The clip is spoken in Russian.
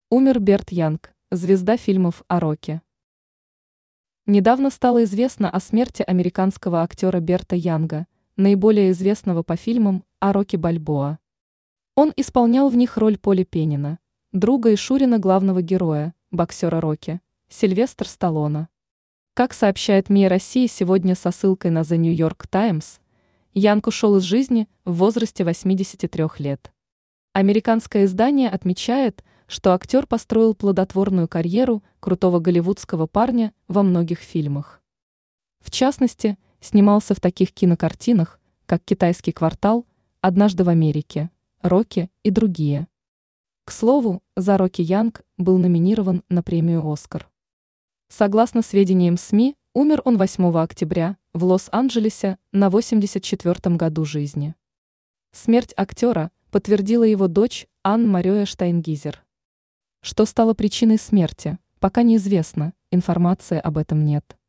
Умер Берт Янг, звезда фильмов о роке. Недавно стало известно о смерти американского актера Берта Янга, наиболее известного по фильмам о Рокки Бальбоа. Он исполнял в них роль Поли Пеннина, друга и шурина главного героя, боксера Рокки, Сильвестр Сталлоне. Как сообщает МИА России сегодня со ссылкой на The New York Times, Янг ушел из жизни в возрасте 83 лет. Американское издание отмечает, что актер построил плодотворную карьеру крутого голливудского парня во многих фильмах. В частности, снимался в таких кинокартинах, как «Китайский квартал», «Однажды в Америке», «Рокки» и другие. К слову, за Рокки Янг был номинирован на премию «Оскар». Согласно сведениям СМИ, умер он 8 октября в Лос-Анджелесе на 84-м году жизни. Смерть актера подтвердила его дочь Анн-Мария Штайнгизер. Что стало причиной смерти, пока неизвестно, информации об этом нет.